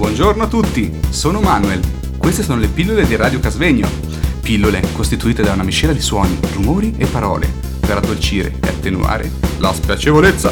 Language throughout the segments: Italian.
Buongiorno a tutti, sono Manuel. Queste sono le pillole di Radio Casvegno. Pillole costituite da una miscela di suoni, rumori e parole per addolcire e attenuare la spiacevolezza.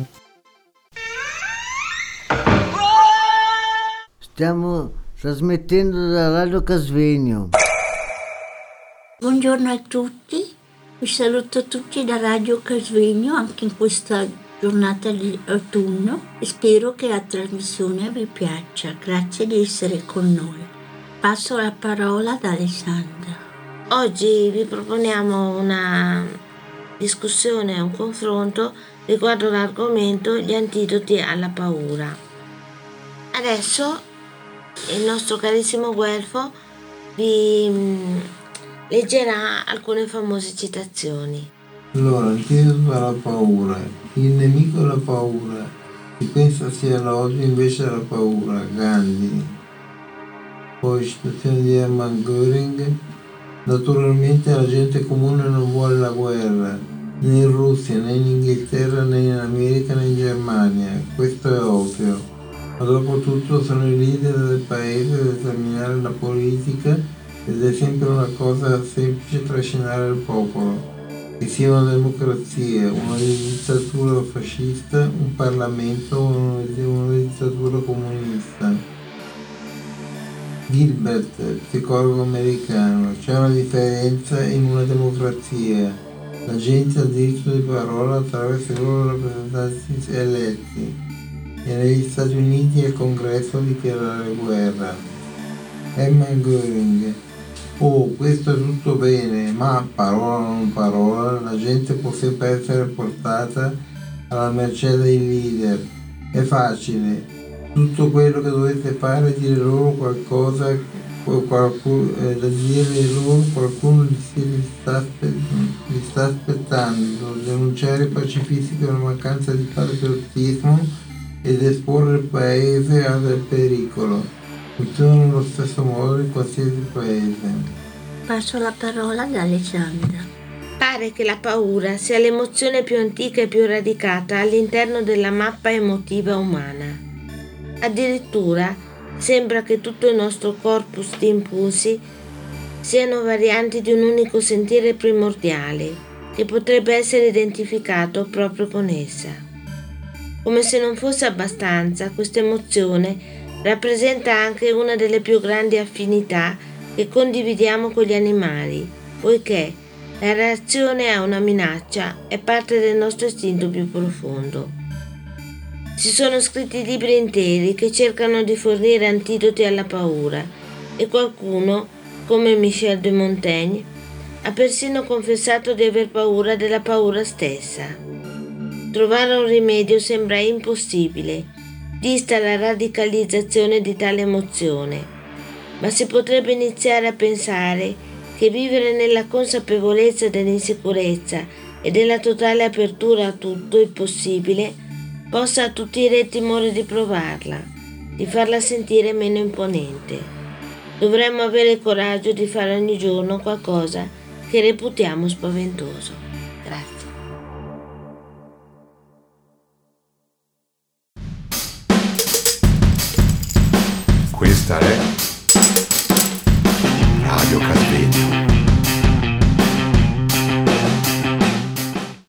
Stiamo trasmettendo da Radio Casvegno. Buongiorno a tutti, vi saluto tutti da Radio Casvegno anche in questa giornata di autunno e spero che la trasmissione vi piaccia. Grazie di essere con noi. Passo la parola ad Alessandra. Oggi vi proponiamo una discussione, un confronto riguardo l'argomento gli antidoti alla paura. Adesso il nostro carissimo Guelfo vi leggerà alcune famose citazioni. Allora, antidoto alla paura. Il nemico è la paura. Si pensa sia l'odio invece della paura. Gandhi. Poi citazione di Hermann Göring. Naturalmente la gente comune non vuole la guerra, né in Russia, né in Inghilterra, né in America, né in Germania. Questo è ovvio. Ma dopo tutto sono i leader del paese a determinare la politica ed è sempre una cosa semplice trascinare il popolo. Che sia una democrazia, una dittatura fascista, un Parlamento o una dittatura comunista. Gilbert, psicologo americano, c'è una differenza in una democrazia. La gente ha diritto di parola attraverso i loro rappresentanti eletti e negli Stati Uniti è il Congresso a dichiarare guerra. Hermann Göring. Oh, questo è tutto bene, ma parola o non parola, la gente può sempre essere portata alla mercé dei leader. È facile, tutto quello che dovete fare è dire loro qualcosa, da dire loro qualcuno li sta aspettando, denunciare i pacifisti per una mancanza di patriottismo ed esporre il paese a del pericolo. Funziona allo stesso modo in qualsiasi paese. Passo la parola ad Alessandra. Pare che la paura sia l'emozione più antica e più radicata all'interno della mappa emotiva umana. Addirittura sembra che tutto il nostro corpus di impulsi siano varianti di un unico sentire primordiale che potrebbe essere identificato proprio con essa. Come se non fosse abbastanza, questa emozione rappresenta anche una delle più grandi affinità che condividiamo con gli animali, poiché la reazione a una minaccia è parte del nostro istinto più profondo. Si sono scritti libri interi che cercano di fornire antidoti alla paura e qualcuno, come Michel de Montaigne, ha persino confessato di aver paura della paura stessa. Trovare un rimedio sembra impossibile, vista la radicalizzazione di tale emozione, ma si potrebbe iniziare a pensare che vivere nella consapevolezza dell'insicurezza e della totale apertura a tutto il possibile possa attutire il timore di provarla, di farla sentire meno imponente. Dovremmo avere il coraggio di fare ogni giorno qualcosa che reputiamo spaventoso. Grazie. Questa è Radio Casvegno.